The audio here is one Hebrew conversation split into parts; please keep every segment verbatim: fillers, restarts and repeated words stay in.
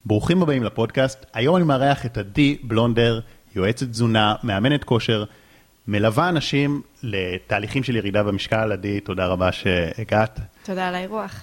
ברוכים הבאים לפודקאסט. היום אני מארח את עדי בלונדר, יועצת תזונה, מאמנת כושר, מלווה אנשים לתהליכים של ירידה במשקל. עדי, תודה רבה שהגעת. תודה על האירוח.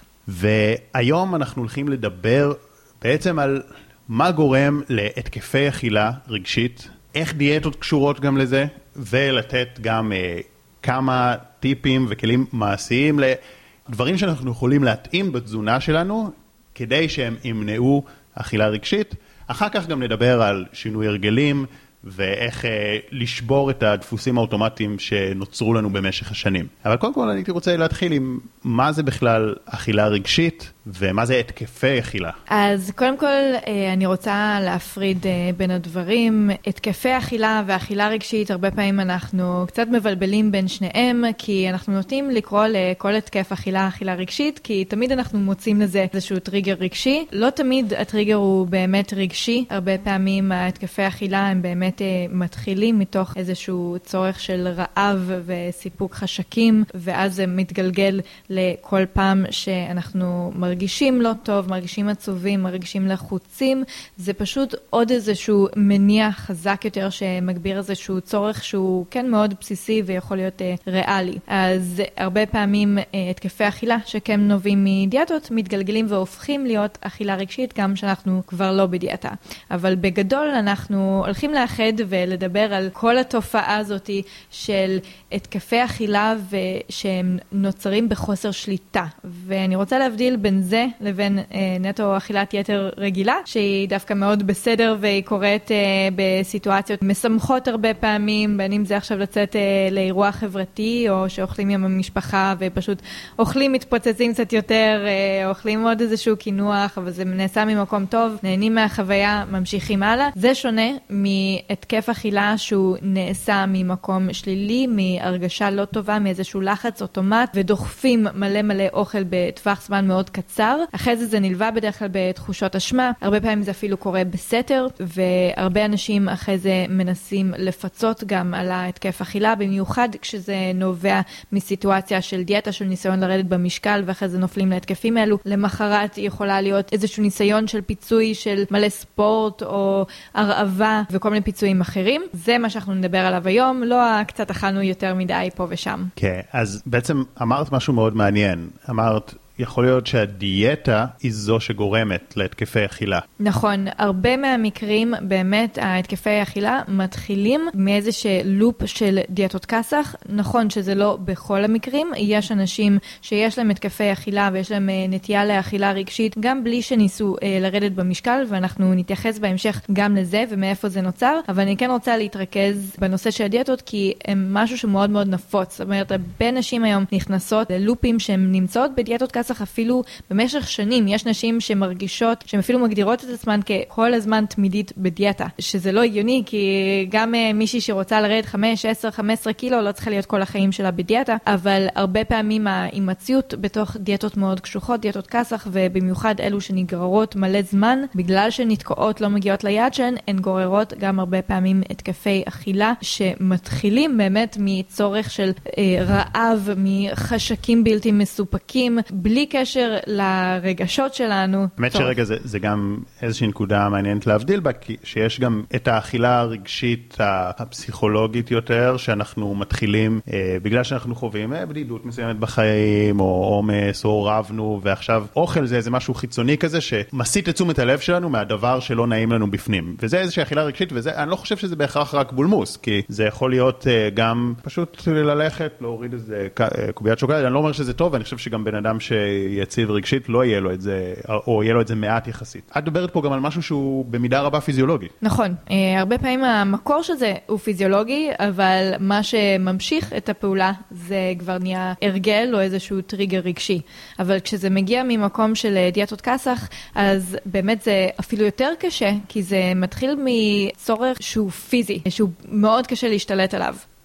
והיום אנחנו הולכים לדבר בעצם על מה גורם להתקפי אכילה רגשית, איך דיאטות קשורות גם לזה, ולתת גם uh, כמה טיפים וכלים מעשיים לדברים שאנחנו יכולים להתאים בתזונה שלנו, כדי שהם ימנעו אכילה רגשית. אחר כך גם נדבר על שינוי הרגלים, ואיך אה, לשבור את הדפוסים האוטומטיים שנוצרו לנו במשך השנים. אבל קודם כל אני רוצה להתחיל עם מה זה בכלל אכילה רגשית, ומה זה התקפי אכילה. אז קודם כל אני רוצה להפריד בין הדברים. התקפי אכילה ואכילה רגשית, הרבה פעמים אנחנו קצת מבלבלים בין שניהם, כי אנחנו נוטים לקרוא לכל התקף אכילה אכילה רגשית, כי תמיד אנחנו מוצאים לזה איזשהו טריגר רגשי. לא תמיד הטריגר הוא באמת רגשי, הרבה פעמים התקפי אכילה הם באמת מתחילים מתוך איזשהו צורך של רעב וסיפוק חשקים, ואז זה מתגלגל לכל פעם שאנחנו מרגישים לא טוב, מרגישים עצובים, מרגישים לחוצים. זה פשוט עוד איזשהו מניע חזק יותר שמגביר איזשהו צורך שהוא כן מאוד בסיסי ויכול להיות אה, ריאלי. אז הרבה פעמים אה, התקפי אכילה שכן נובעים מדיאטות מתגלגלים והופכים להיות אכילה רגשית גם שאנחנו כבר לא בדיאטה. אבל בגדול אנחנו הולכים לאחד ולדבר על כל התופעה הזאת של התקפי אכילה ושהם נוצרים בחוסר שליטה. ואני רוצה להבדיל בין זה לבין אה, נטו אכילת יתר רגילה, שהיא דווקא מאוד בסדר והיא קורית אה, בסיטואציות משמחות הרבה פעמים, בין אם זה עכשיו לצאת אה, לאירוע חברתי, או שאוכלים עם המשפחה ופשוט אוכלים מתפוצצים קצת יותר, אה, אוכלים עוד איזשהו כינוח, אבל זה נעשה ממקום טוב, נהנים מהחוויה, ממשיכים הלאה. זה שונה מהתקף אכילה שהוא נעשה ממקום שלילי, מהרגשה לא טובה, מאיזשהו לחץ אוטומט, ודוחפים מלא מלא אוכל בטווח זמן מאוד קצר. אחרי זה זה נלווה בדרך כלל בתחושות אשמה, הרבה פעמים זה אפילו קורה בסתר, והרבה אנשים אחרי זה מנסים לפצות גם על ההתקף אכילה, במיוחד כשזה נובע מסיטואציה של דיאטה, של ניסיון לרדת במשקל, ואחרי זה נופלים להתקפים האלו. למחרת יכולה להיות איזשהו ניסיון של פיצוי של מלא ספורט או הרעבה וכל מיני פיצויים אחרים. זה מה שאנחנו נדבר עליו היום, לא קצת אכלנו יותר מדי פה ושם. כן, אז בעצם אמרת משהו מאוד מעניין. אמרת, יכול להיות שהדיאטה היא זו שגורמת להתקפי אכילה. נכון, הרבה מהמקרים באמת ההתקפי אכילה מתחילים מאיזשהו לופ של דיאטות כסח. נכון שזה לא בכל המקרים, יש אנשים שיש להם התקפי אכילה ויש להם נטייה לאכילה רגשית גם בלי שניסו אה, לרדת במשקל, ואנחנו נתייחס בהמשך גם לזה ומאיפה זה נוצר, אבל אני כן רוצה להתרכז בנושא של הדיאטות כי הם משהו שמאוד מאוד נפוץ. זאת אומרת, הרבה נשים היום נכנסות ללופים שהן נמצאות בדיאטות כסח אפילו במשך שנים. יש נשים שמרגישות, שהן אפילו מגדירות את עצמן ככל הזמן תמידית בדיאטה, שזה לא הגיוני, כי גם מישהי שרוצה לרדת חמש, עשר, חמש עשרה קילו לא צריכה להיות כל החיים שלה בדיאטה, אבל הרבה פעמים ההימצאות בתוך דיאטות מאוד קשוחות, דיאטות כסח, ובמיוחד אלו שנגררות מלא זמן, בגלל שנתקעות לא מגיעות ליעד שהן, הן גוררות גם הרבה פעמים התקפי אכילה, שמתחילים באמת מצורך של אה, רעב, מחשקים בלתי מסופקים, בלי קשר לרגשות שלנו. באמת שרגע זה, זה גם איזושהי נקודה מעניינת להבדיל בה, כי שיש גם את האכילה הרגשית הפסיכולוגית יותר, שאנחנו מתחילים, אה, בגלל שאנחנו חווים אה, בדידות מסוימת בחיים, או עומס, או רבנו, ועכשיו אוכל זה איזה משהו חיצוני כזה, שמסיט את תשומת הלב שלנו מהדבר שלא נעים לנו בפנים. וזה איזושהי אכילה רגשית, וזה, אני לא חושב שזה בהכרח רק בולמוס, כי זה יכול להיות אה, גם פשוט ללכת, להוריד איזה קוביית שוקולד. אני לא אומר שזה טוב, אני חושב שגם בן אדם ש יציב רגשית, לא יהיה לו את זה, או יהיה לו את זה מעט יחסית. את מדברת פה גם על משהו שהוא במידה רבה פיזיולוגי. נכון. הרבה פעמים המקור של זה הוא פיזיולוגי, אבל מה שממשיך את הפעולה זה כבר נהיה הרגל או איזשהו טריגר רגשי. אבל כשזה מגיע ממקום של דיאטות כסח, אז באמת זה אפילו יותר קשה, כי זה מתחיל מצורך שהוא פיזי, שהוא מאוד קשה להשתלט עליו.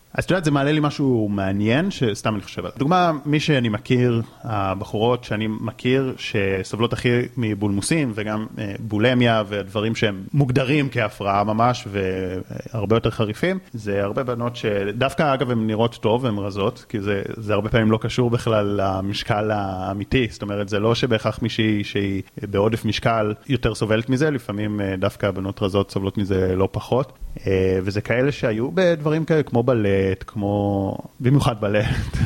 אז אתה יודעת, זה מעלה לי משהו מעניין, שסתם אני חושב. דוגמה, מי שאני מכיר, הבחורות שאני מכיר, שסובלות הכי מבולמוסים, וגם בולמיה, ודברים שהם מוגדרים כהפרעה ממש, והרבה יותר חריפים, זה הרבה בנות שדווקא, אגב, הן נראות טוב, הן רזות, כי זה, זה הרבה פעמים לא קשור בכלל למשקל האמיתי. זאת אומרת, זה לא שבהכרח מישהי שהיא בעודף משקל יותר סובלת מזה, לפעמים דווקא בנות רזות סובלות מזה לא פחות. וזה כאלה שהיו בדברים כאלה, כמו בלט, כמו, במיוחד בלט,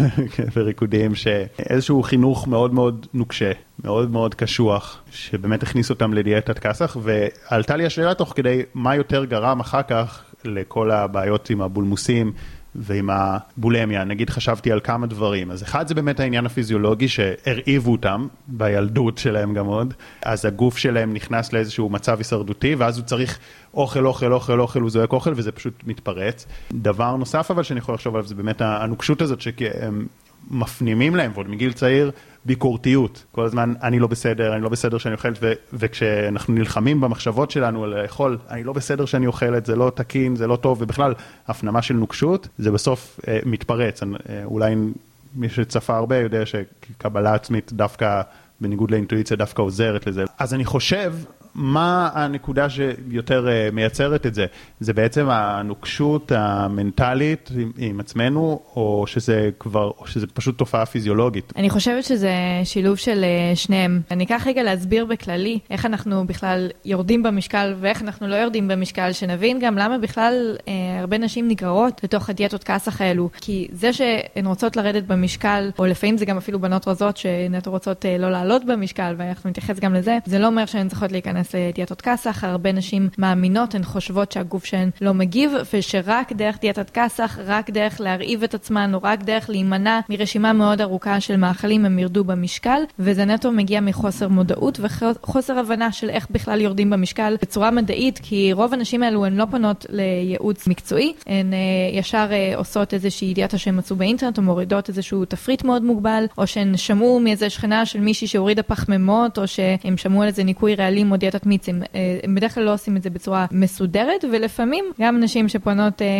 וריקודים, שאיזשהו חינוך מאוד מאוד נוקשה, מאוד מאוד קשוח, שבאמת הכניס אותם לדיאטת כסח, ועלתה לי השאלה תוך כדי מה יותר גרם אחר כך לכל הבעיות עם הבולמוסים, ועם הבולמיה. נגיד חשבתי על כמה דברים. אז אחד זה באמת העניין הפיזיולוגי שהרעיבו אותם בילדות שלהם גם עוד. אז הגוף שלהם נכנס לאיזשהו מצב הישרדותי, ואז הוא צריך אוכל, אוכל, אוכל, אוכל, הוא זועק אוכל, וזה פשוט מתפרץ. דבר נוסף אבל שאני יכול לחשוב עליו, זה באמת הנוקשות הזאת שהם מפנימים להם, ועוד מגיל צעיר, ביקורתיות. כל הזמן, אני לא בסדר, אני לא בסדר שאני אוכלת, ו- וכשאנחנו נלחמים במחשבות שלנו על לאכול, אני לא בסדר שאני אוכלת, זה לא תקין, זה לא טוב, ובכלל, הפנמה של נוקשות, זה בסוף אה, מתפרץ. אה, אולי מי שצפה הרבה יודע שקבלה עצמית דווקא, בניגוד לאינטואיציה, דווקא עוזרת לזה. אז אני חושב, מה הנקודה שיותר מייצרת את זה? זה בעצם הנוקשות המנטלית עם, עם עצמנו, או שזה כבר, או שזה פשוט תופעה פיזיולוגית? אני חושבת שזה שילוב של שניהם. אני אקח רגע להסביר בכללי איך אנחנו בכלל יורדים במשקל, ואיך אנחנו לא יורדים במשקל, שנבין גם למה בכלל אה, הרבה נשים נגררות לתוך הדיאטות כסח האלו. כי זה שהן רוצות לרדת במשקל, או לפעמים זה גם אפילו בנות רזות שנטו רוצות אה, לא לעלות במשקל, ואנחנו נתייחס גם לזה, זה לא אומר שהן צריכות להיכנס לדיאטות כסח. הרבה נשים מאמינות, הן חושבות שהגוף שהן לא מגיב, ושרק דרך דיאטת כסח, רק דרך להרעיב את עצמן, או רק דרך להימנע מרשימה מאוד ארוכה של מאכלים, הם ירדו במשקל, וזה נטו מגיע מחוסר מודעות וחוסר הבנה של איך בכלל יורדים במשקל בצורה מדעית, כי רוב הנשים האלו הן לא פונות לייעוץ מקצועי, הן ישר עושות איזושהי דיאטה שהן מצאו באינטרנט, או מורידות איזשהו תפריט מאוד מוגבל, או שהן שמעו מאיזה שכנה של מישהי שהורידה פחמימות, או שהם שמעו על איזה ניקוי רעלים או דיאטת מיצים. הם בדרך כלל לא עושים את זה בצורה מסודרת, ולפעמים גם נשים שפונות אה,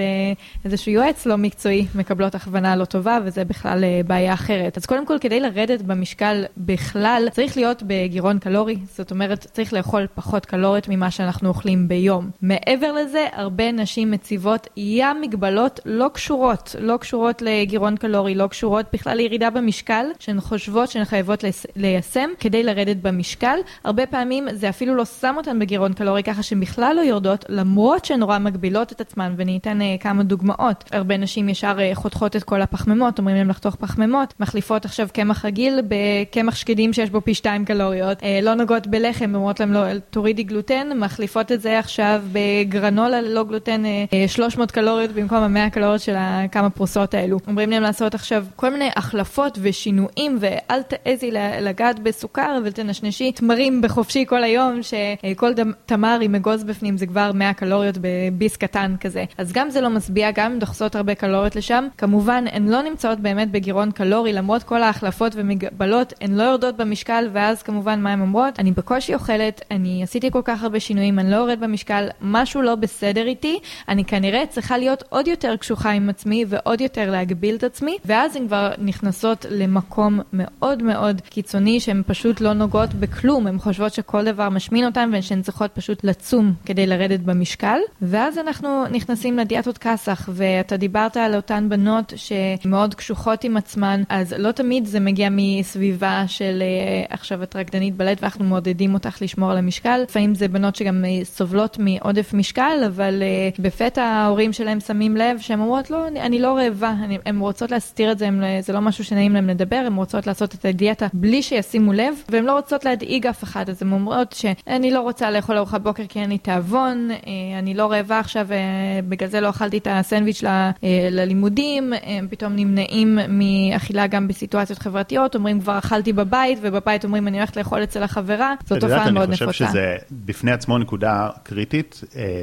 לאיזשהו יועץ לא מקצועי מקבלות הכוונה לא טובה, וזה בכלל אה, בעיה אחרת. אז קודם כל, כדי לרדת במשקל בכלל, צריך להיות בגירעון קלורי, זאת אומרת, צריך לאכול פחות קלוריות ממה שאנחנו אוכלים ביום. מעבר לזה, הרבה נשים מציבות ים מגבלות לא קשורות, לא קשורות לגירעון קלורי, לא קשורות בכלל לירידה במשקל, שהן חושבות שהן חייבות ליישם כדי לרדת במשקל. הרבה פעמים זה אפילו לא שם אותן בגירעון קלורי, ככה שהן בכלל לא יורדות, למרות שהן נורא מגבילות את עצמן, וניתן uh, כמה דוגמאות. הרבה נשים ישר uh, חותכות את כל הפחמימות, אומרים להם לחתוך פחמימות, מחליפות עכשיו קמח רגיל בקמח שקדים שיש בו פי שתיים קלוריות, uh, לא נוגעות בלחם, אומרות להם לא, תורידי גלוטן, מחליפות את זה עכשיו בגרנולה ללא גלוטן, uh, שלוש מאות קלוריות במקום ה-מאה קלוריות של כמה פרוסות האלו. אומרים להם לעשות עכשיו כל מיני החלפות ושינויים, ואל תעזי לגעת בסוכר ותנשנשי תמרים בחופשי כל היום, שכל תמר עם אגוז בפנים זה כבר מאה קלוריות בביס קטן כזה. אז גם זה לא משביע, גם דוחסות הרבה קלוריות לשם. כמובן, הן לא נמצאות באמת בגירעון קלורי, למרות כל ההחלפות ומגבלות, הן לא יורדות במשקל, ואז כמובן מה הן אומרות? אני בקושי אוכלת, אני עשיתי כל כך הרבה שינויים, אני לא יורד במשקל, משהו לא בסדר איתי, אני כנראה צריכה להיות עוד יותר קשוחה עם עצמי, ועוד יותר להגביל את עצמי, ואז הן כבר נכנסות למקום מאוד מאוד קיצוני, שהן פשוט לא נוגעות בכלום, הן חושבות שכל דבר משמין אותן, ושהן צריכות פשוט לצום כדי לרדת במשקל, ואז אנחנו נכנסים לדיאטות כסח, ואתה דיברת על אותן בנות שמאוד קשוחות עם עצמן, אז לא תמיד זה מגיע מסביבה של עכשיו את רקדנית בלט, ואנחנו מעודדים אותך לשמור על המשקל. לפעמים זה בנות שגם סובלות מעודף משקל, אבל בפתע ההורים שלהם שמים לב, שהן אומרות, לא, אני לא רעבה, הן רוצות להסתיר את זה, זה לא משהו שנעים להם לדבר, הן רוצות לעשות את הדיאטה בלי שישימו לב, והן לא רוצות להדאיג אף אחד, אז הן אומרות שאני לא רוצה לאכול ארוחת בוקר כי אני תאבון, אני לא רעבה עכשיו, בגלל זה לא אכלתי את הסנדוויץ' ל, ללימודים, הם פתאום נמנעים מאכילה גם בסיטואציות חברתיות, אומרים כבר אכלתי בבית, ובבית אומרים אני הולכת לאכול אצל החברה, זאת תופעה מאוד נפוצה. אני חושב שזה בפני עצמו נקודה קריטית,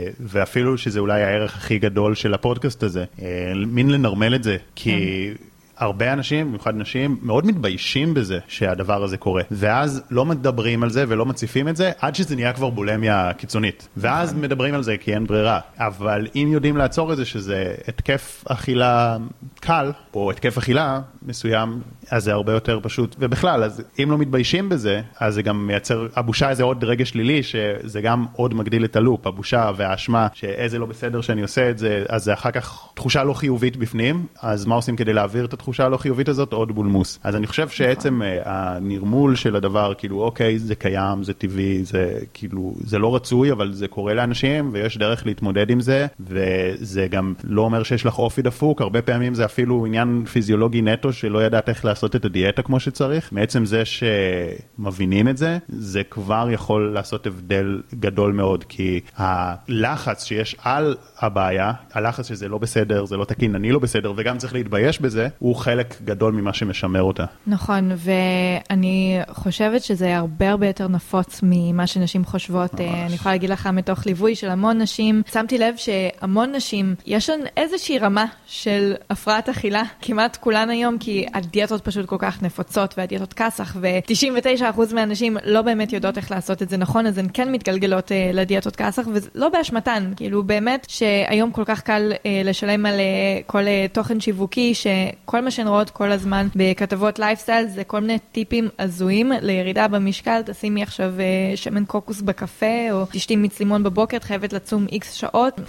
ואפילו שזה אולי הערך הכי גדול של הפודקאסט הזה, מין לנרמל את זה, כי הרבה אנשים, במיוחד נשים, מאוד מתביישים בזה שהדבר הזה קורה. ואז לא מדברים על זה ולא מציפים את זה, עד שזה נהיה כבר בולמיה קיצונית. ואז מדברים על זה כי אין ברירה. אבל אם יודעים לעצור את זה שזה התקף אכילה קל, או התקף אכילה מסוים, אז זה הרבה יותר פשוט. ובכלל, אז אם לא מתביישים בזה, אז זה גם מייצר, הבושה זה עוד רגע שלילי, שזה גם עוד מגדיל את הלופ, הבושה והאשמה, שאיזה לא בסדר שאני עושה את זה, אז זה אחר כך תחושה לא חיובית בפנים, אז מה עושים כדי להעביר את התחושה הלא חיובית הזאת? עוד בולמוס. אז אני חושב שעצם הנרמול של הדבר, כאילו, אוקיי, זה קיים, זה טבעי, זה כאילו, זה לא רצוי, אבל זה קורה לאנשים, ויש דרך להתמודד עם זה, וזה גם לא אומר שיש לך אופי דפוק, הרבה פעמים זה אפילו עניין פיזיולוגי נטו, שלא ידעת איך לעשות את הדיאטה כמו שצריך. מעצם זה שמבינים את זה, זה כבר יכול לעשות הבדל גדול מאוד, כי הלחץ שיש על הבעיה, הלחץ שזה לא בסדר, זה לא תקין, אני לא בסדר, וגם צריך להתבייש בזה, הוא חלק גדול ממה שמשמר אותה. נכון, ואני חושבת שזה הרבה הרבה יותר נפוץ ממה שנשים חושבות. ממש. אני יכולה להגיד לך מתוך ליווי של המון נשים, שמתי לב שהמון נשים, יש להן איזושהי רמה של הפרעת אכילה, כמעט כולן היום, כי הדיאטות פשוט כל כך נפוצות, והדיאטות כסח, ו-תשעים ותשעה אחוז מהנשים לא באמת יודעות איך לעשות את זה נכון, אז הן כן מתגלגלות uh, לדיאטות כסח, ולא באשמתן, כאילו באמת שהיום כל כך קל uh, לשלם על uh, כל uh, תוכן שיווקי, שכל מה שהן רואות כל הזמן בכתבות לייפסטייל, זה כל מיני טיפים הזויים לירידה במשקל, תשימי עכשיו uh, שמן קוקוס בקפה, או תשתי מיץ לימון בבוקר, את חייבת לצום איקס שעות.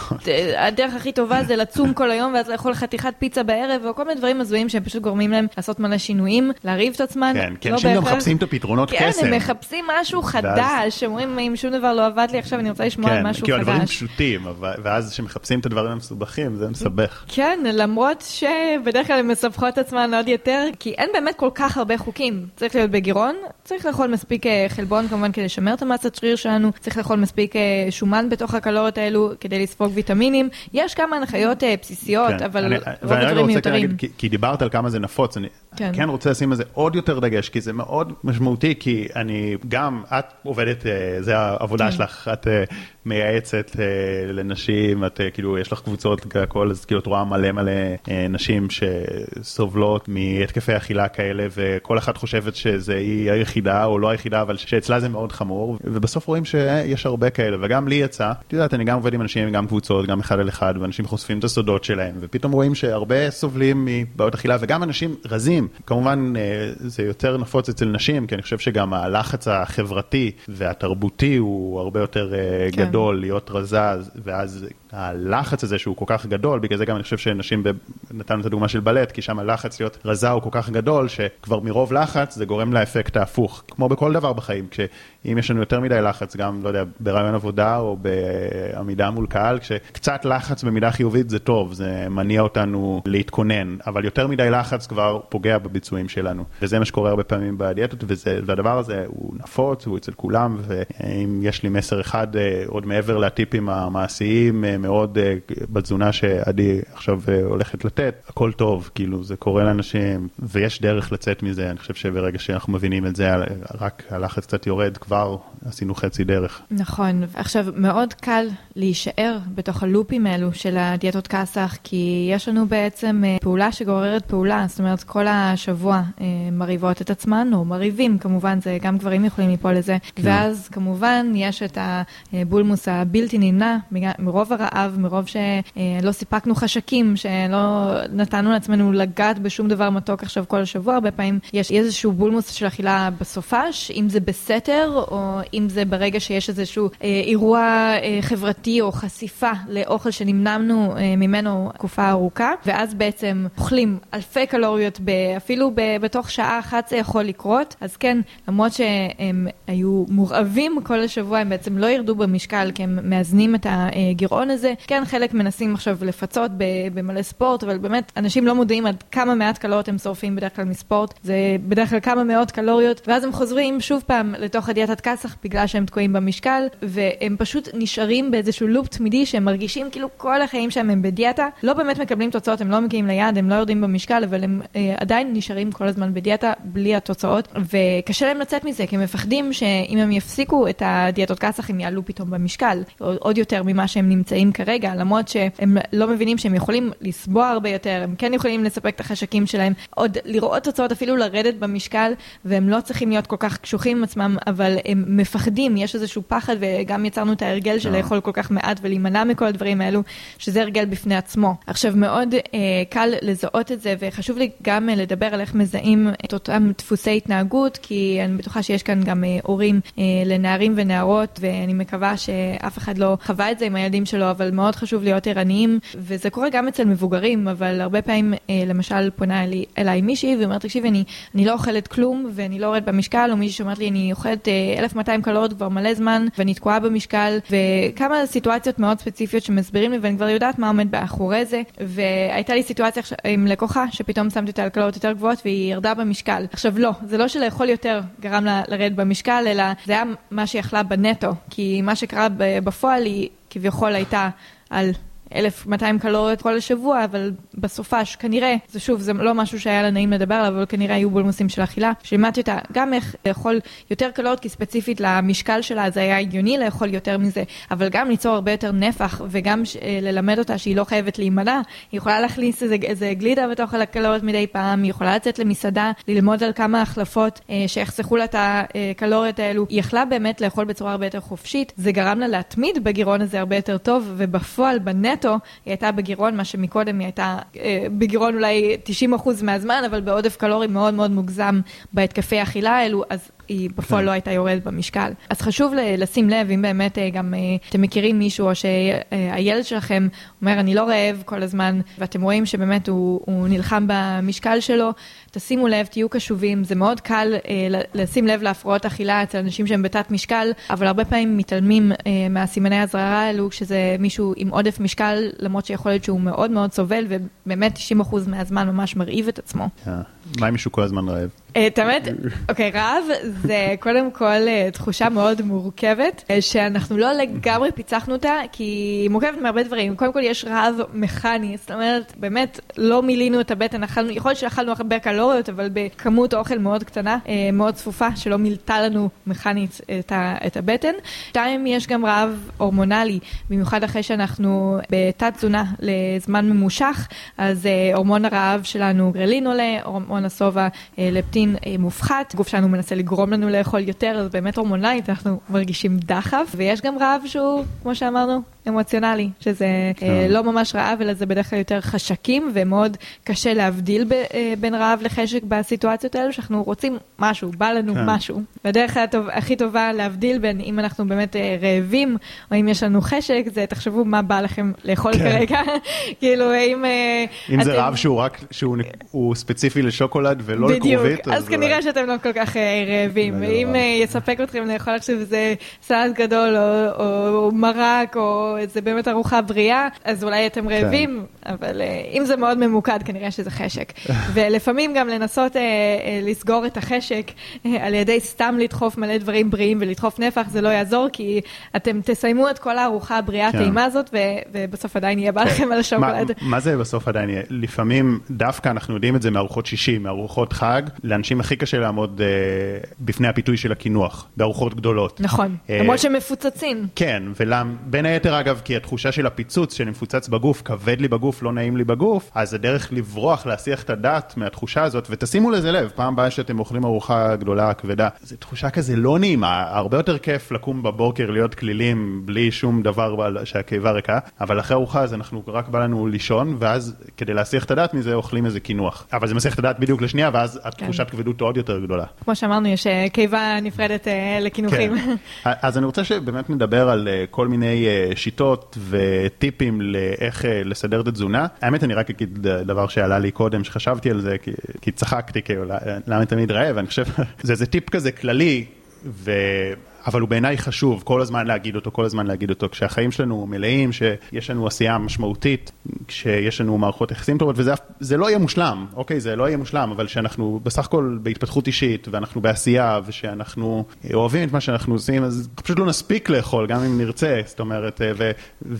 הדרך הכי טובה זה לצום כל היום, ואז לאכול חתיכת פיצה בערב, או כל מיני דברים הזויים שהם פשוט גורמים להם לעשות מלא שינויים, להריב את עצמן. כן, כן, שהם גם מחפשים את הפתרונות קסם. כן, הם מחפשים משהו חדש, אומרים, אם שום דבר לא עבד לי עכשיו, אני רוצה לשמוע על משהו חדש. כן, כי הדברים פשוטים, ואז שמחפשים את הדברים המסובכים, זה מסבך. כן, למרות שבדרך כלל הם מסבכות עצמן עוד יותר, כי אין באמת כל כך הרבה חוקים. צריך להיות בגירעון, צריך לאכול מספיק חלבון כמובן כדי לשמר את המסת שריר שלנו, צריך לאכול מספיק שומן בתוך הקלוריות האלו כדי לספוג ויטמינים. יש כמה הנחיות בסיסיות, אבל רוב הדברים מיותרים. כי דיברת על כמה זה נפוץ, אני כן רוצה לשים על זה עוד יותר דגש, כי זה מאוד משמעותי, כי אני גם, את עובדת, זה העבודה שלך, את מייעצת לנשים, את כאילו, יש לך קבוצות ככל, אז כאילו את רואה מלא מלא נשים שסובלות מהתקפי אכילה כאלה, וכל אחת חושבת שזה היא היחידה או לא היחידה, אבל שאצלה זה מאוד חמור, ובסוף רואים שיש הרבה כאלה, וגם לי יצא, את יודעת, אני גם עובד עם אנשים, גם קבוצות, גם אחד על אחד, ואנשים חושפים את הסודות שלהם, ופתאום רואים שהרבה סובלים מבעיות אכילה, וגם אנשים רזים. כמובן, זה יותר נפוץ אצל נשים, כי אני חושב שגם הלחץ החברתי והתרבותי הוא הרבה יותר כן. גדול, להיות רזה, ואז הלחץ הזה שהוא כל כך גדול, בגלל זה גם אני חושב שנשים, נתנו את הדוגמה של בלט, כי שם הלחץ להיות רזה הוא כל כך גדול, שכבר מרוב לחץ זה גורם לאפקט ההפוך, כמו בכל דבר בחיים, כשאם יש לנו יותר מדי לחץ, גם, לא יודע, ברעיון עבודה או בעמידה מול קהל, כשקצת לחץ במידה חיובית זה טוב, זה מניע אותנו להתכונן, אבל יותר מדי לחץ כבר פוגע בביצועים שלנו, וזה מה שקורה הרבה פעמים בדיאטות, וזה, והדבר הזה הוא נפוץ, הוא אצל כולם, ואם יש לי מסר אחד, עוד מעבר לטיפים המעשיים, מאוד בתזונה שעדי עכשיו הולכת לתת, הכל טוב, כאילו זה קורה לאנשים, ויש דרך לצאת מזה. אני חושב שברגע שאנחנו מבינים את זה, רק הלחץ קצת יורד, כבר עשינו חצי דרך. נכון. עכשיו, מאוד קל להישאר בתוך הלופים האלו של הדיאטות כסח, כי יש לנו בעצם פעולה שגוררת פעולה, זאת אומרת, כל השבוע מריבות את עצמן, או מריבים, כמובן, זה גם גברים יכולים ליפול לזה, ואז כמובן יש את הבולמוס הבלתי נמנע, מרוב הרעב, מרוב שלא סיפקנו חשקים, שלא נתנו לעצמנו לגעת בשום דבר מתוק עכשיו כל השבוע, הרבה פעמים יש איזשהו בולמוס של אכילה בסופש, אם זה בסתר, או אם זה ברגע שיש איזשהו אירוע חברתי או חשיפה לאוכל שנמנמנו ממנו תקופה ארוכה, ואז בעצם אוכלים אלפי קלוריות, אפילו בתוך שעה אחת זה יכול לקרות, אז כן, למרות שהם היו מורעבים כל השבוע, הם בעצם לא ירדו במשקל, כי הם מאזנים את הגירעון הזה. כן, חלק מנסים עכשיו לפצות במלא ספורט, אבל באמת אנשים לא מודעים עד כמה מעט קלוריות הם שורפים בדרך כלל מספורט. זה בדרך כלל כמה מאות קלוריות, ואז הם חוזרים שוב פעם לתוך הדיאטת כסח, בגלל שהם תקועים במשקל, והם פשוט נשארים באיזשהו לופ תמידי, שהם מרגישים כאילו כל החיים שהם הם בדיאטה, לא באמת מקבלים תוצאות, הם לא מגיעים ליעד, הם לא יורדים במשקל, אבל הם אה, עדיין נשארים כל הזמן בדיאטה, בלי התוצאות, וקשה להם לצאת מזה, כי הם מפחדים שאם הם יפסיקו את הדיאטות כסח, הם יעלו פתאום במשקל, עוד יותר ממה שהם נמצאים כרגע, למרות שהם לא מבינים שהם יכולים לסבוע הרבה יותר, הם כן יכולים לספק את החשקים שלהם, עוד לראות תוצאות, אפילו לרדת במשקל, והם לא צריכים להיות כל כך קשוחים עם עצמם, אבל הם מפחדים, יש איזשהו פחד, וגם יצרנו את ההרגל של לאכול כל כך מעט, ולהימנע מכל הדברים האלו, שזה הרגל בפני עצמו. עכשיו, מאוד אה, קל לזהות את זה, וחשוב לי גם אה, לדבר על איך מזהים את אותם דפוסי התנהגות, כי אני בטוחה שיש כאן גם אה, הורים אה, לנערים ונערות, ואני מקווה שאף אחד לא חווה את זה עם הילדים שלו, אבל מאוד חשוב להיות ערניים, וזה קורה גם אצל מבוגרים, אבל הרבה פעמים, אה, למשל, פונה אלי, אליי מישהי, ואומרת, תקשיבי, אני, אני לא אוכלת כלום, ואני לא יורד במשקל, או מישהי שאומרת לי, אני אוכלת אה, אלף ומאתיים קלוריות כבר מלא זמן, ואני תקועה במשקל, וכמה סיטואציות מאוד ספציפיות שמסבירים לי, ואני כבר יודעת מה עומד באחורי זה, והייתה לי סיטואציה עם לקוחה, שפתאום שמתי אותה על קלוריות יותר גבוהות, והיא ירדה במשקל. עכשיו לא, זה לא שלאכול יותר גרם לה לרד במשקל, אלא זה היה מה שיכלה בנטו, כי מה שקרה בפועל היא כביכול הייתה על אלף ומאתיים קלוריות כל השבוע, אבל בסופש, כנראה, זה שוב, זה לא משהו שהיה לה נעים לדבר עליו, אבל כנראה היו בולמוסים של אכילה, שלימדתי אותה גם איך לאכול יותר קלוריות, כי ספציפית למשקל שלה, זה היה הגיוני לאכול יותר מזה, אבל גם ליצור הרבה יותר נפח, וגם ש- ללמד אותה שהיא לא חייבת להימנע, היא יכולה להכניס איזה, איזה גלידה בתוך הקלוריות מדי פעם, היא יכולה לצאת למסעדה, ללמוד על כמה החלפות אה, שיחסכו לה את הקלוריות האלו, היא יכלה באמת לאכול בצורה הרבה יותר חופשית, זה גרם לה להתמיד בגירעון הזה הרבה יותר טוב, ובפועל בנט היא הייתה בגירעון, מה שמקודם היא הייתה אה, בגירעון אולי תשעים אחוז מהזמן, אבל בעודף קלורי מאוד מאוד מוגזם בהתקפי האכילה האלו, אז היא בפועל לא הייתה יורדת במשקל. אז חשוב לשים לב, אם באמת גם אתם מכירים מישהו, או שהילד שלכם אומר, אני לא רעב כל הזמן, ואתם רואים שבאמת הוא, הוא נלחם במשקל שלו, תשימו לב, תהיו קשובים, זה מאוד קל לשים לב להפרעות אכילה אצל אנשים שהם בתת משקל, אבל הרבה פעמים מתעלמים מהסימני הזררה האלו, שזה מישהו עם עודף משקל, למרות שיכול להיות שהוא מאוד מאוד סובל, ובאמת תשעים אחוז מהזמן ממש מרעיב את עצמו. מה אם מישהו כל הזמן רעב? את האמת, אוקיי, רעב זה קודם כל תחושה מאוד מורכבת, שאנחנו לא לגמרי פיצחנו אותה, כי היא מורכבת מהרבה דברים. קודם כל יש רעב מכני, זאת אומרת, באמת לא מילינו את הבטן, אכלנו, יכול להיות שאכלנו הרבה קלוריות, אבל בכמות אוכל מאוד קטנה, מאוד צפופה, שלא מילתה לנו מכנית את, ה, את הבטן. שתיים, יש גם רעב הורמונלי, במיוחד אחרי שאנחנו בתת תזונה לזמן ממושך, אז הורמון הרעב שלנו גרלין עולה, הורמון הסובה לפטין מופחת, גוף שלנו מנסה לגרום לנו לאכול יותר, אז באמת הורמונלית אנחנו מרגישים דחף, ויש גם רעב שהוא, כמו שאמרנו, אמוציונלי, שזה אה, לא ממש רעב, אלא זה בדרך כלל יותר חשקים, ומאוד קשה להבדיל ב, אה, בין רעב לחשק בסיטואציות האלו, שאנחנו רוצים משהו, בא לנו כן. משהו. והדרך הטוב, הכי טובה להבדיל בין אם אנחנו באמת אה, רעבים, או אם יש לנו חשק, זה תחשבו מה בא לכם לאכול כן. כרגע. כאילו, אם... אה, אם אתם... זה רעב שהוא רק, שהוא הוא ספציפי לשוקולד ולא לכרובית, בדיוק, אז, אז כנראה אולי... שאתם לא כל כך אה, רעבים. ואם אה, יספק אתכם לאכול עכשיו זה סלט גדול, או, או, או מרק, או זה באמת ארוחה בריאה, אז אולי אתם רעבים, אבל אם זה מאוד ממוקד, כנראה שזה חשק. ולפעמים גם לנסות לסגור את החשק על ידי סתם לדחוף מלא דברים בריאים ולדחוף נפח, זה לא יעזור, כי אתם תסיימו את כל הארוחה הבריאה הטעימה הזאת, ובסוף עדיין יהיה בא לכם על השוקולד. מה זה בסוף עדיין יהיה? לפעמים דווקא אנחנו יודעים את זה מארוחות שישי, מארוחות חג, לאנשים הכי קשה לעמוד בפני הפיתוי של הכינוח, בארוחות גדולות. נכון, למרות שמפוצצים. כן, ובין היתר אגב, כי התחושה של הפיצוץ שאני מפוצץ בגוף, כבד לי בגוף, לא נעים לי בגוף, אז הדרך לברוח, להסיח את הדעת מהתחושה הזאת, ותשימו לזה לב, פעם הבאה שאתם אוכלים ארוחה גדולה, כבדה, זו תחושה כזה לא נעימה, הרבה יותר כיף לקום בבוקר, להיות כלילים, בלי שום דבר שהקיבה ריקה, אבל אחרי ארוחה אז אנחנו רק בא לנו לישון, ואז כדי להסיח את הדעת מזה, אוכלים איזה כינוח. אבל זה מסיח את הדעת בדיוק לשנייה, ואז התחושת כבדות עוד יותר גדולה. כמו שאמרנו, יש קיבה נפרדת לכינוחים. אז אני רוצה שבאמת נדבר על כל מיני שיטות וטיפים לאיך לסדר את התזונה. האמת, אני רק אגיד דבר שעלה לי קודם, שחשבתי על זה, כי, כי צחקתי, כאילו, למה תמיד רעב, אני חושב, זה איזה טיפ כזה כללי, ו... אבל הוא בעיניי חשוב, כל הזמן להגיד אותו, כל הזמן להגיד אותו, כשהחיים שלנו מלאים, שיש לנו עשייה משמעותית, כשיש לנו מערכות יחסים טובות, וזה זה לא יהיה מושלם, אוקיי, זה לא יהיה מושלם, אבל שאנחנו בסך הכל בהתפתחות אישית, ואנחנו בעשייה, ושאנחנו אוהבים את מה שאנחנו עושים, אז פשוט לא נספיק לאכול, גם אם נרצה, זאת אומרת, ו,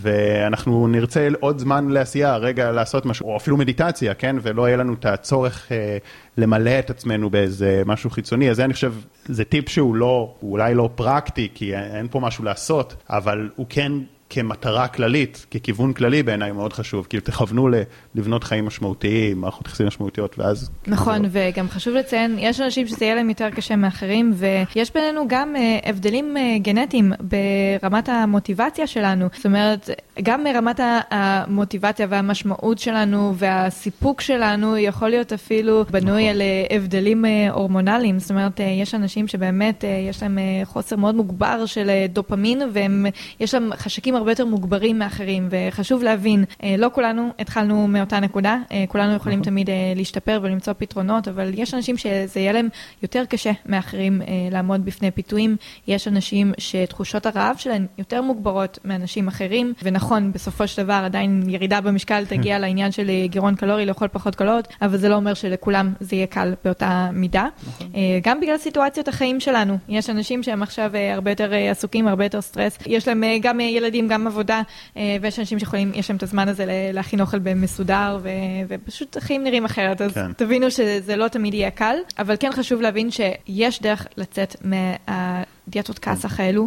ואנחנו נרצה עוד זמן לעשייה, רגע לעשות משהו, או אפילו מדיטציה, כן, ולא יהיה לנו את הצורך למלא את עצמנו באיזה משהו חיצוני, אז אני חושב, זה טיפ שהוא לא, הוא אולי לא פרקטי, כי אין פה משהו לעשות, אבל הוא כן כמטרה כללית, ככיוון כללי בעיניי מאוד חשוב, כאילו תכוונו לבנות חיים משמעותיים, מערכות יחסים משמעותיות, ואז... נכון, וגם חשוב לציין, יש אנשים שזה יהיה להם יותר קשה מאחרים, ויש בינינו גם הבדלים גנטיים ברמת המוטיבציה שלנו, זאת אומרת, גם מרמת המוטיבציה והמשמעות שלנו, והסיפוק שלנו, יכול להיות אפילו בנוי על הבדלים הורמונליים, זאת אומרת, יש אנשים שבאמת יש להם חוסר מאוד מוגבר של דופמין, ויש להם חשקים הרבה יותר מוגברים מאחרים, וחשוב להבין, לא כולנו התחלנו מאותה נקודה, כולנו יכולים תמיד להשתפר ולמצוא פתרונות, אבל יש אנשים שזה יהיה להם יותר קשה מאחרים לעמוד בפני פיתויים, יש אנשים שתחושות הרעב שלהם יותר מוגברות מאנשים אחרים, ונכון, בסופו של דבר עדיין ירידה במשקל תגיע לעניין של גירעון קלורי, לאכול פחות קלוריות, אבל זה לא אומר שלכולם זה יהיה קל באותה מידה. גם בגלל סיטואציות החיים שלנו, יש אנשים שהם עכשיו הרבה יותר עסוקים, הרבה יותר סטרס, יש להם גם ילדים, גם עבודה, ויש אנשים שיכולים, יש להם את הזמן הזה להכין אוכל במסודר, ופשוט החיים נראים אחרת, אז כן. תבינו שזה לא תמיד יהיה קל, אבל כן חשוב להבין שיש דרך לצאת מה... דיאטות כסח האלו,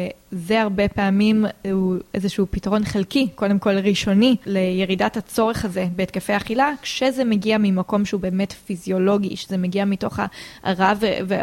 וזה הרבה פעמים הוא איזשהו פתרון חלקי, קודם כל ראשוני, לירידת הצורך הזה בהתקפי אכילה, כשזה מגיע ממקום שהוא באמת פיזיולוגי, שזה מגיע מתוך הרעב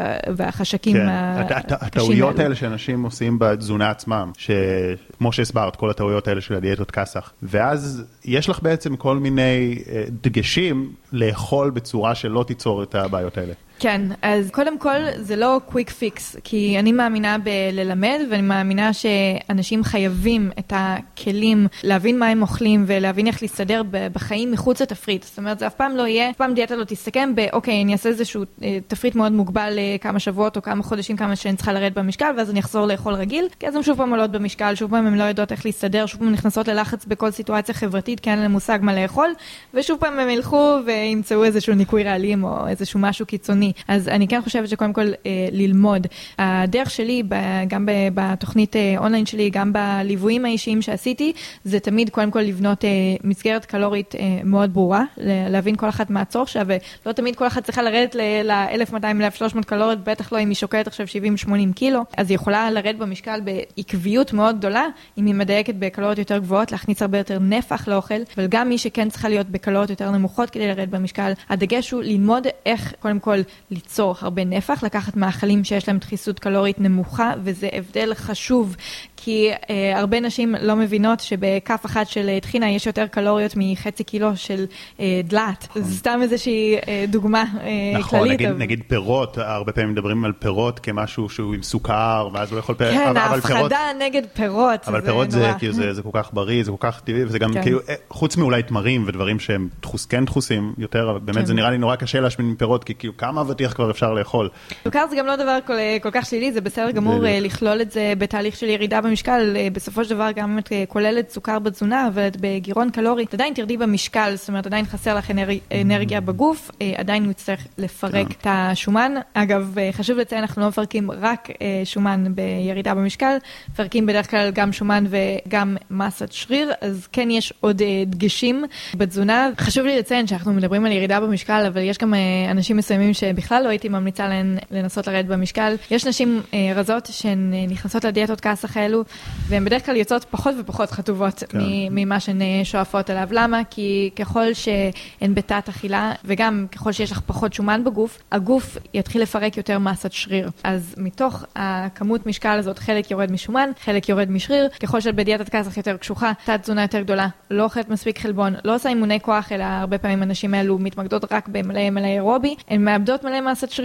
והחשקים הקשים האלו. הטעויות האלה שאנשים עושים בתזונה עצמם, כמו שהסברת, כל הטעויות האלה של הדיאטות כסח, ואז יש לך בעצם כל מיני דגשים לאכול בצורה שלא תיצור את הבעיות האלה. כן, אז קודם כל זה לא קוויק פיקס, כי אני מאמינה בללמד, ואני מאמינה שאנשים חייבים את הכלים להבין מה הם אוכלים, ולהבין איך להסתדר בחיים מחוץ לתפריט. זאת אומרת, זה אף פעם לא יהיה, אף פעם דיאטה לא תסתכם באוקיי, אני אעשה איזשהו תפריט מאוד מוגבל לכמה שבועות או כמה חודשים, כמה שאני צריכה לרדת במשקל, ואז אני אחזור לאכול רגיל, כי אז הם שוב פעם עולות במשקל, שוב פעם הם לא יודעות איך להסתדר, שוב פעם נכנסות ללחץ בכל סיטואציה חברתית, כי אין להם מושג מה לאכול, ושוב פעם הם ילכו וימצאו איזשהו ניקוי רעלים או איזשהו משהו קיצוני. אז אני כן חושבת שקודם כל אה, ללמוד. הדרך שלי, ב, גם ב, בתוכנית אה, אונליין שלי, גם בליוויים האישיים שעשיתי, זה תמיד קודם כל לבנות אה, מסגרת קלורית אה, מאוד ברורה, להבין כל אחת מהצורך שלה, ולא תמיד כל אחת צריכה לרדת ל-אלף מאתיים אלף שלוש מאות קלוריות, בטח לא אם היא שוקלת עכשיו שבעים שמונים קילו, אז היא יכולה לרדת במשקל בעקביות מאוד גדולה, אם היא מדייקת בקלוריות יותר גבוהות, להכניס הרבה יותר נפח לאוכל, אבל גם מי שכן צריכה להיות בקלוריות יותר נמוכות כדי לרדת במשקל, הדגש הוא ללמוד איך קודם כל ליצור הרבה נפח, לקחת מאכלים שיש להם דחיסות קלורית נמוכה, וזה הבדל חשוב, כי אה, הרבה נשים לא מבינות שבכף אחת של טחינה יש יותר קלוריות מחצי קילו של אה, דלעת. נכון. זה סתם איזושהי אה, דוגמה אה, נכון, כללית. נגיד, אבל... נגיד פירות, הרבה פעמים מדברים על פירות כמשהו שהוא עם סוכר, ואז הוא יכול פירות. כן, ההפחדה נגד פירות. אבל זה פירות נורא. זה, כאילו, זה, זה כל כך בריא, זה כל כך טבעי, וזה גם כן. כאילו, חוץ מאולי תמרים ודברים שהם דחוס, כן דחוסים יותר, אבל באמת כן. זה נראה לי נורא קשה להשמין מפירות, כי כאילו כמה אבטיח כבר אפשר לאכול. סוכר זה גם לא דבר כל, כל כך שלילי, זה בסדר גמור ב- לכלול את זה בתהליך של ירידה במשקל, בסופו של דבר גם את כוללת סוכר בתזונה, אבל בגירעון קלורי, עדיין תרדי במשקל, זאת אומרת, עדיין חסר לך אנרג... אנרגיה בגוף, עדיין הוא יצטרך לפרק את השומן. אגב, חשוב לציין, אנחנו לא מפרקים רק שומן בירידה במשקל, מפרקים בדרך כלל גם שומן וגם מסת שריר, אז כן יש עוד דגשים בתזונה. חשוב לי לציין שאנחנו מדברים על ירידה במשקל, אבל יש גם אנשים מסוימים שבכלל לא הייתי ממליצה להן לנסות לרדת במשקל. יש נשים רזות שהן נכנסות לדיאטות כסח האלו, והן בדרך כלל יוצאות פחות ופחות חטובות כן. ממה שהן שואפות עליו. למה? כי ככל שהן בתת אכילה, וגם ככל שיש לך פחות שומן בגוף, הגוף יתחיל לפרק יותר מסת שריר. אז מתוך הכמות משקל הזאת, חלק יורד משומן, חלק יורד משריר. ככל שבדיאטת כסח יותר קשוחה, תת תזונה יותר גדולה, לא אוכלת מספיק חלבון, לא עושה אימוני כוח, אלא הרבה פעמים אנשים האלו מתמקדות רק במלא מלא אירובי, הן מאבדות מלא מסת שריר,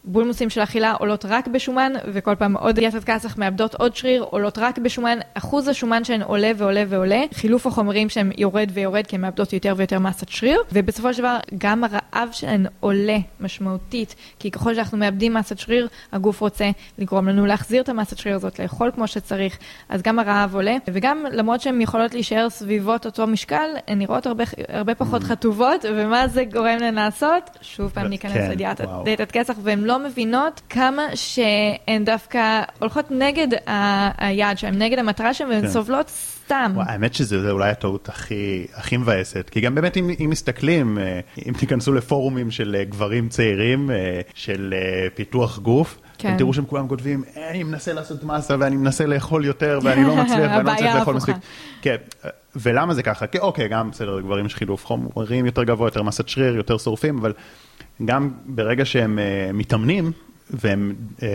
בולמוסים של אכילה עולות רק בשומן, וכל פעם עוד דיאטת כסח מאבדות עוד שריר, עולות רק בשומן, אחוז השומן שהן עולה ועולה ועולה, חילוף החומרים שהן יורד ויורד, כי הן מאבדות יותר ויותר מסת שריר, ובסופו של דבר גם הרעב שלהן עולה משמעותית, כי ככל שאנחנו מאבדים מסת שריר, הגוף רוצה לגרום לנו להחזיר את המסת שריר הזאת, לאכול כמו שצריך, אז גם הרעב עולה, וגם למרות שהן יכולות להישאר סביבות אותו משקל, הן נראות הרבה, הרבה פחות חטובות, ומה זה גורם להן לעשות? שוב פעם ניכנס לדיאטת כסח, והן לא מבינות כמה שהן דווקא הולכות נגד היעד שלהן, נגד המטרה שלהן, והן סובלות סתם. האמת שזה אולי הטעות הכי, הכי מבאסת, כי גם באמת אם, אם מסתכלים, אם תיכנסו לפורומים של גברים צעירים, של פיתוח גוף, כן. אתם תראו שהם כולם כותבים, אני מנסה לעשות מסה ואני מנסה לאכול יותר ואני לא מצליח ואני לא מצליח לאכול מספיק. כן, ולמה זה ככה? כי אוקיי, גם בסדר, גברים יש חילוף חומרים יותר גבוה, יותר מסת שריר, יותר שורפים, אבל גם ברגע שהם מתאמנים, והם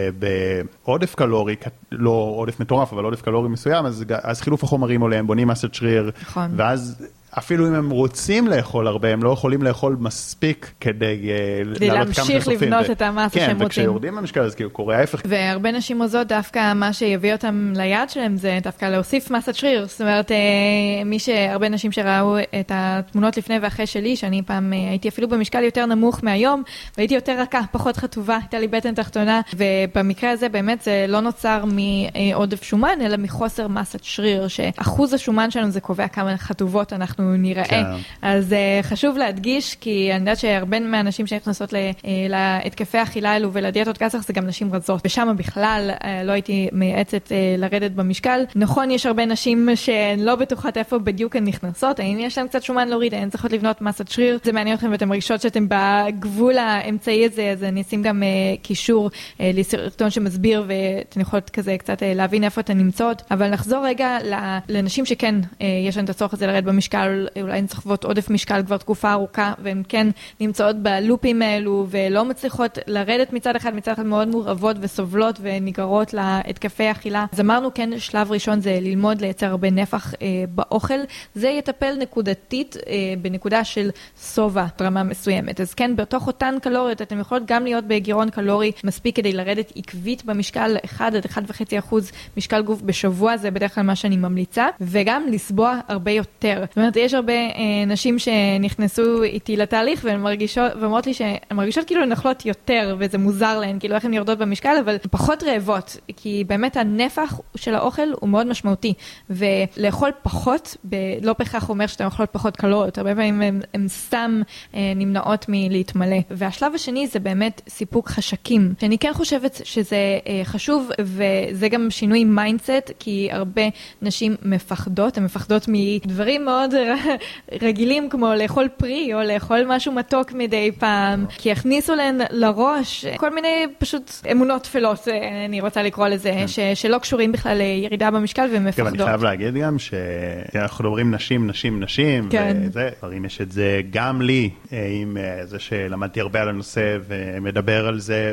בעודף קלורי, לא עודף מטורף, אבל עודף קלורי מסוים, אז, אז חילוף החומרים עולה, הם בונים מסת שריר, נכון. ואז אפילו אם הם רוצים לאכול הרבה, הם לא יכולים לאכול מספיק כדי, כדי להמשיך לבנות ו... את המסה כן, שהם רוצים. וכשיורדים במשקל, אז כאילו קורה ההפך. והרבה נשים עוזות דווקא מה שיביא אותם ליד שלהם, זה דווקא להוסיף מסת שריר. זאת אומרת, מי שהרבה נשים שראו את התמונות לפני ואחרי שלי, שאני פעם הייתי אפילו במשקל יותר נמוך מהיום, והייתי יותר רכה, פחות חטובה, הייתה לי בטן תחתונה, ובמקרה הזה באמת זה לא נוצר מעודף שומן, אלא מחוסר מסת שריר, שאחוז השומן שלנו זה קובע כמה חטובות אנחנו נראה. כן. אז uh, חשוב להדגיש, כי אני יודעת שהרבה מהאנשים שנכנסות להתקפי האכילה האלו ולדיאטות כסח זה גם נשים רזות, ושם בכלל uh, לא הייתי מייעצת uh, לרדת במשקל. נכון, יש הרבה נשים שהן לא בטוחות איפה בדיוק הן נכנסות, האם יש להם קצת שומן להוריד, הן צריכות לבנות מסת שריר, זה מעניין אתכם ואתם מרגישות שאתם בגבול האמצעי הזה, אז אני אשים גם uh, קישור uh, לסרטון שמסביר, ואתן יכולות כזה קצת uh, להבין איפה אתן נמצאות, אבל נחזור רגע לנשים שכן uh, יש להן את הצורך הזה לרדת במשקל, אולי הן סוחבות עודף משקל כבר תקופה ארוכה, והן כן נמצאות בלופים האלו, ולא מצליחות לרדת מצד אחד, מצד אחד מאוד מורעבות וסובלות ונגררות להתקפי אכילה. אז אמרנו כן, שלב ראשון זה ללמוד לייצר הרבה נפח אה, באוכל, זה יטפל נקודתית אה, בנקודה של סובה, רמה מסוימת. אז כן, בתוך אותן קלוריות, אתם יכולות גם להיות בגירעון קלורי מספיק כדי לרדת עקבית במשקל אחד עד אחד וחצי אחוז משקל גוף בשבוע, זה בדרך כלל מה שאני ממליצה, וגם לסבוע הרבה יותר. זאת אומרת, יש הרבה אה, נשים שנכנסו איתי לתהליך, והן מרגישות, ואומרות לי שהן מרגישות כאילו הן אוכלות יותר, וזה מוזר להן, כאילו איך הן יורדות במשקל, אבל פחות רעבות, כי באמת הנפח של האוכל הוא מאוד משמעותי, ולאכול פחות, ב- לא בכך אומר שאתן אוכלות פחות קלוריות, הרבה פעמים הן, הן סתם אה, נמנעות מלהתמלא. והשלב השני זה באמת סיפוק חשקים, שאני כן חושבת שזה אה, חשוב, וזה גם שינוי מיינדסט, כי הרבה נשים מפחדות, הן מפחדות מדברים מאוד רגילים, כמו לאכול פרי, או לאכול משהו מתוק מדי פעם, כי יכניסו להן לראש כל מיני פשוט אמונות תפלות, אני רוצה לקרוא לזה, ש- שלא קשורים בכלל לירידה במשקל ומפחדות. אני חייב להגיד גם שאנחנו מדברים נשים, נשים, נשים, וזה, דברים יש את זה גם לי, עם זה שלמדתי הרבה על הנושא ומדבר על זה,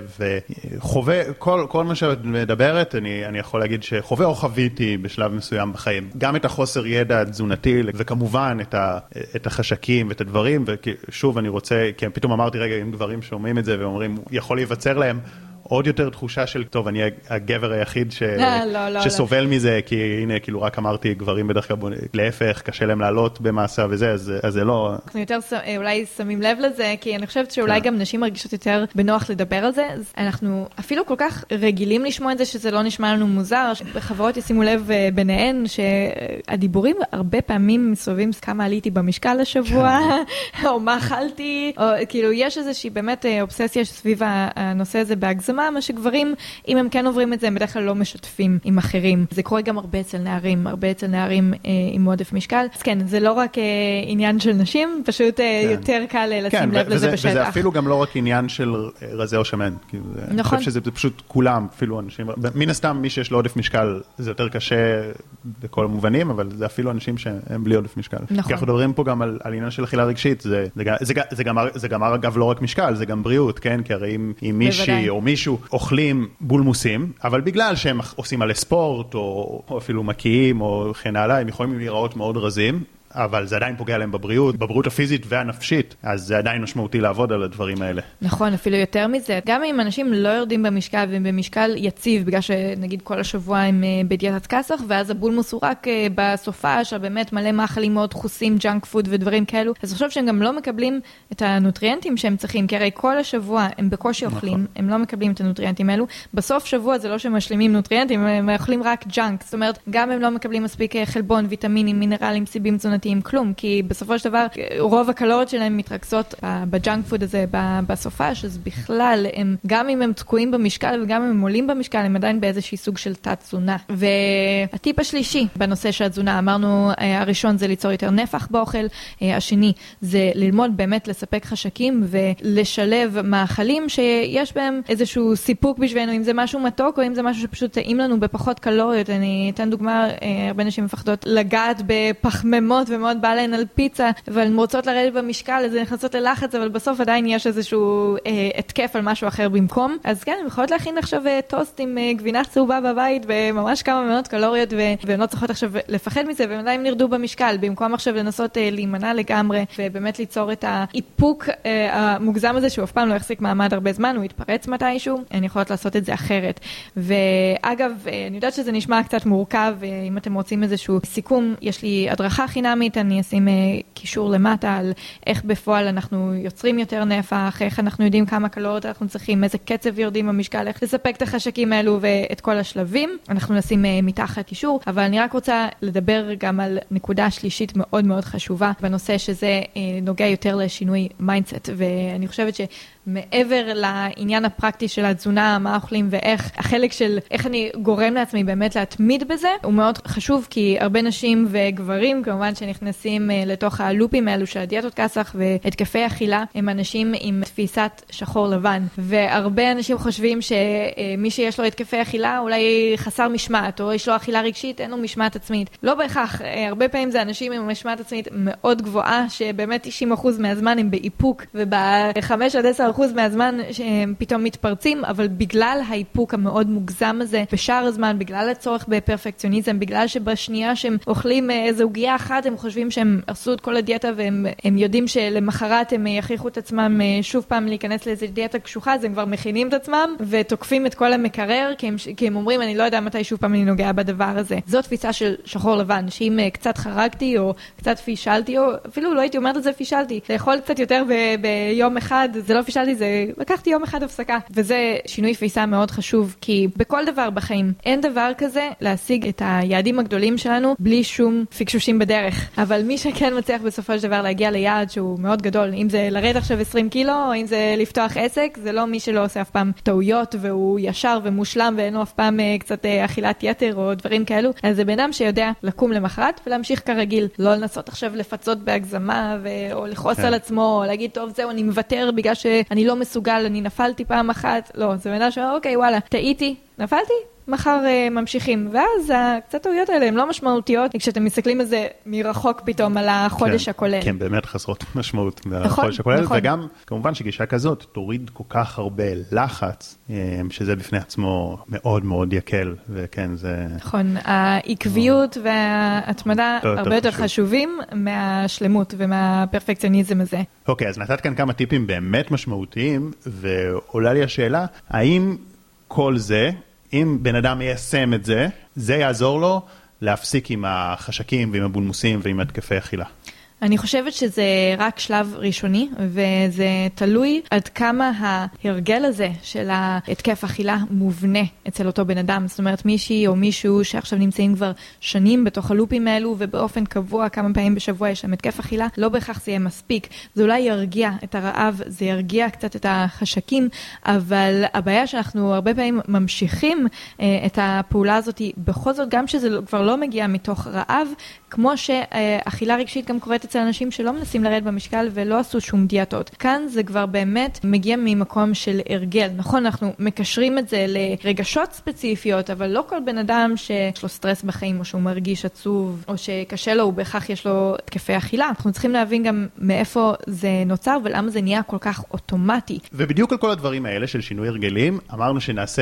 וחווה, כל, כל מה שאת מדברת, אני, אני יכול להגיד שחווה או חוויתי בשלב מסוים בחיים. גם את החוסר ידע תזונתי, וכמובן את, ה, את החשקים ואת הדברים, ושוב אני רוצה, כי פתאום אמרתי רגע, אם גברים שומעים את זה ואומרים, יכול להיווצר להם עוד יותר תחושה של, טוב, אני הגבר היחיד ש... לא, לא, לא, שסובל לא. מזה, כי הנה, כאילו רק אמרתי, גברים בדרך כלל להפך, קשה להם לעלות במסה וזה, אז, אז זה לא... אנחנו יותר אולי שמים לב לזה, כי אני חושבת שאולי גם נשים מרגישות יותר בנוח לדבר על זה, אז אנחנו אפילו כל כך רגילים לשמוע את זה, שזה לא נשמע לנו מוזר, חברות ישימו לב ביניהן, שהדיבורים הרבה פעמים מסובבים כמה עליתי במשקל השבוע, או מה אכלתי, או כאילו יש איזושהי באמת אובססיה סביב הנושא הזה בהגזמה, מה שגברים, אם הם כן עוברים את זה, הם בדרך כלל לא משתפים עם אחרים. זה קורה גם הרבה אצל נערים, הרבה אצל נערים אה, עם עודף משקל. אז כן, זה לא רק אה, עניין של נשים, פשוט אה, כן. יותר קל אה, לשים כן, לב וזה, לזה בשטח. וזה אפילו גם לא רק עניין של רזה או שמן. כאילו, נכון. אני חושב שזה פשוט כולם, אפילו אנשים, מן הסתם מי שיש לו עודף משקל, זה יותר קשה בכל המובנים, אבל זה אפילו אנשים שהם בלי עודף משקל. נכון. כי אנחנו מדברים פה גם על, על עניין של אכילה רגשית, זה, זה, זה, זה, זה, גם, זה גם אגב לא רק משקל, זה גם בריאות, כן? כי הרי אם, אם מישהי או מישהו אוכלים בולמוסים, אבל בגלל שהם עושים על ספורט, או, או אפילו מקיאים, או כן הלאה, הם יכולים להיראות מאוד רזים, אבל זה עדיין פוגע להם בבריאות, בבריאות הפיזית והנפשית, אז זה עדיין משמעותי לעבוד על הדברים האלה. נכון, אפילו יותר מזה. גם אם אנשים לא יורדים במשקל, ובמשקל יציב, בגלל שנגיד כל השבוע הם בדיאטת קסח, ואז הבולמוס הוא רק בסופה, שבאמת מלא מאכלים מאוד דחוסים, ג'אנק פוד ודברים כאלו, אז חושב שהם גם לא מקבלים את הנוטריאנטים שהם צריכים, כי הרי כל השבוע הם בקושי אוכלים, הם לא מקבלים את הנוטריאנטים האלו. בסוף שבוע זה לא שמשלימים נוטריאנטים, הם אוכלים רק ג'אנק. זאת אומרת, גם הם לא מקבלים מספיק חלבון, ויטמינים, מינרלים, סיבים תזונתיים, כלום, כי בסופו של דבר רוב הקלוריות שלהם מתרכזות בג'אנק פוד הזה בסופה, אז בכלל הם, גם אם הם תקועים במשקל וגם אם הם עולים במשקל, הם עדיין באיזושהי סוג של תת תזונה. והטיפ השלישי בנושא של התזונה, אמרנו, הראשון זה ליצור יותר נפח באוכל, השני זה ללמוד באמת לספק חשקים ולשלב מאכלים שיש בהם איזשהו סיפוק בשבילנו, אם זה משהו מתוק או אם זה משהו שפשוט טעים לנו בפחות קלוריות. אני אתן דוגמה, הרבה נשים מפחדות לגעת בפחמימות ומאוד בא להן על פיצה, אבל הן רוצות לרדת במשקל, אז הן נכנסות ללחץ, אבל בסוף עדיין יש איזשהו אה, התקף על משהו אחר במקום. אז כן, הן יכולות להכין עכשיו טוסט עם אה, גבינה צהובה בבית, וממש כמה מאות קלוריות, ו- והן לא צריכות עכשיו לפחד מזה, והן עדיין נרדו במשקל, במקום עכשיו לנסות אה, להימנע לגמרי, ובאמת ליצור את האיפוק אה, המוגזם הזה, שהוא אף פעם לא יחזיק מעמד הרבה זמן, הוא יתפרץ מתישהו, הן יכולות לעשות את זה אחרת. ואגב, אה, אני יודעת שזה נשמע קצת מורכב, אם אתם רוצים איזשהו סיכום, יש לי הדרכה חינמית, אני אשים קישור למטה על איך בפועל אנחנו יוצרים יותר נפח, איך אנחנו יודעים כמה קלוריות אנחנו צריכים, איזה קצב יורדים במשקל, איך לספק את החשקים האלו ואת כל השלבים. אנחנו נשים מתחת קישור, אבל אני רק רוצה לדבר גם על נקודה שלישית מאוד מאוד חשובה, בנושא שזה נוגע יותר לשינוי מיינדסט, ואני חושבת ש... מעבר לעניין הפרקטי של התזונה, מה אוכלים ואיך, החלק של איך אני גורם לעצמי באמת להתמיד בזה, הוא מאוד חשוב, כי הרבה נשים וגברים, כמובן שנכנסים לתוך הלופים האלו של הדיאטות קסח והתקפי אכילה, הם אנשים עם תפיסת שחור לבן. והרבה אנשים חושבים שמי שיש לו התקפי אכילה, אולי חסר משמעת, או יש לו אכילה רגשית, אין לו משמעת עצמית. לא בהכרח, הרבה פעמים זה אנשים עם משמעת עצמית מאוד גבוהה, שבאמת תשעים אחוז מהזמן הם באיפוק, וב-חמש עד עשר אחוז מהזמן שהם פתאום מתפרצים, אבל בגלל האיפוק המאוד מוגזם הזה, בשאר הזמן, בגלל הצורך בפרפקציוניזם, בגלל שבשנייה שהם אוכלים איזו עוגיה אחת, הם חושבים שהם עשו את כל הדיאטה, והם הם יודעים שלמחרת הם יכריחו את עצמם שוב פעם להיכנס לאיזו דיאטה קשוחה, אז הם כבר מכינים את עצמם, ותוקפים את כל המקרר, כי הם, כי הם אומרים, אני לא יודע מתי שוב פעם אני נוגע בדבר הזה. זו תפיסה של שחור לבן, שאם קצת חרגתי, או קצת פישלתי, או אפילו לא הייתי אומרת את זה פישלתי, לאכול קצת יותר ב- ביום אחד, זה לא פישלתי, זה לקחתי יום אחד הפסקה. וזה שינוי תפיסה מאוד חשוב, כי בכל דבר בחיים אין דבר כזה להשיג את היעדים הגדולים שלנו בלי שום פיקשושים בדרך. אבל מי שכן מצליח בסופו של דבר להגיע ליעד שהוא מאוד גדול, אם זה לרדת עכשיו עשרים קילו, או אם זה לפתוח עסק, זה לא מי שלא עושה אף פעם טעויות, והוא ישר ומושלם, ואין לו אף פעם קצת אכילת יתר או דברים כאלו. אז זה בן אדם שיודע לקום למחרת ולהמשיך כרגיל. לא לנסות עכשיו לפצות בהגזמה, ו... או לחוס על עצמו, או להגיד, טוב, זהו, אני מוותר בגלל שאני לא מסוגל, אני נפלתי פעם אחת. לא, זה בן אדם שאומר, אוקיי, וואלה, טעיתי, נפלתי? מחר uh, ממשיכים. ואז קצת טעויות האלה הן לא משמעותיות, כשאתם מסתכלים על זה מרחוק פתאום על החודש כן, הכולל. כן, באמת חסרות משמעות נכון, בחודש הכולל, נכון. וגם כמובן שגישה כזאת תוריד כל כך הרבה לחץ, שזה בפני עצמו מאוד מאוד יקל, וכן, זה... נכון, העקביות וההתמדה הרבה יותר חשובים מהשלמות ומהפרפקציוניזם הזה. אוקיי, אז נתת כאן כמה טיפים באמת משמעותיים, ועולה לי השאלה, האם כל זה, אם בן אדם יישם את זה, זה יעזור לו להפסיק עם החשקים ועם הבולמוסים ועם התקפי אכילה? אני חושבת שזה רק שלב ראשוני, וזה תלוי עד כמה ההרגל הזה של ההתקף אכילה מובנה אצל אותו בן אדם. זאת אומרת, מישהי או מישהו שעכשיו נמצאים כבר שנים בתוך הלופים האלו, ובאופן קבוע כמה פעמים בשבוע יש להם התקף אכילה, לא בהכרח זה יהיה מספיק. זה אולי ירגיע את הרעב, זה ירגיע קצת את החשקים, אבל הבעיה שאנחנו הרבה פעמים ממשיכים אה, את הפעולה הזאת, בכל זאת גם שזה כבר לא מגיע מתוך רעב, כמו שאכילה רגשית גם קורית אצל אנשים שלא מנסים לרדת במשקל ולא עשו שום דיאטות. כאן זה כבר באמת מגיע ממקום של הרגל. נכון, אנחנו מקשרים את זה לרגשות ספציפיות, אבל לא כל בן אדם שיש לו סטרס בחיים, או שהוא מרגיש עצוב, או שקשה לו, ובכך יש לו התקפי אכילה. אנחנו צריכים להבין גם מאיפה זה נוצר, ולמה זה נהיה כל כך אוטומטי. ובדיוק על כל הדברים האלה של שינוי הרגלים, אמרנו שנעשה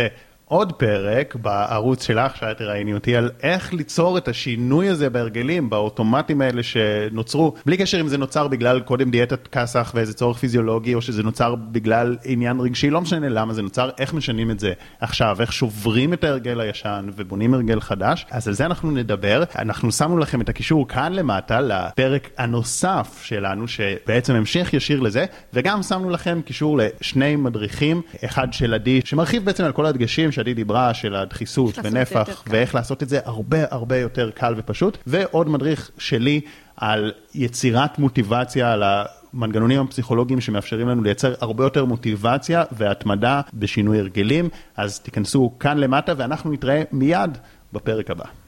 עוד פרק בערוץ שלך, שאת ראיני אותי, על איך ליצור את השינוי הזה בהרגלים, באוטומטים האלה שנוצרו, בלי קשר אם זה נוצר בגלל קודם דיאטת כסח ואיזה צורך פיזיולוגי, או שזה נוצר בגלל עניין רגשי, לא משנה למה זה נוצר, איך משנים את זה עכשיו, איך שוברים את ההרגל הישן ובונים הרגל חדש. אז על זה אנחנו נדבר. אנחנו שמנו לכם את הקישור כאן למטה לפרק הנוסף שלנו, שבעצם המשך ישיר לזה, וגם שמנו לכם קישור לשני מדריכים, אחד של עדי, שמרחיב בעצם על כל הדגשים שעדי דיברה, של הדחיסות ונפח, ואיך לעשות את זה הרבה הרבה יותר קל ופשוט, ועוד מדריך שלי על יצירת מוטיבציה, על המנגנונים הפסיכולוגיים שמאפשרים לנו לייצר הרבה יותר מוטיבציה והתמדה בשינוי הרגלים. אז תיכנסו כאן למטה ואנחנו נתראה מיד בפרק הבא.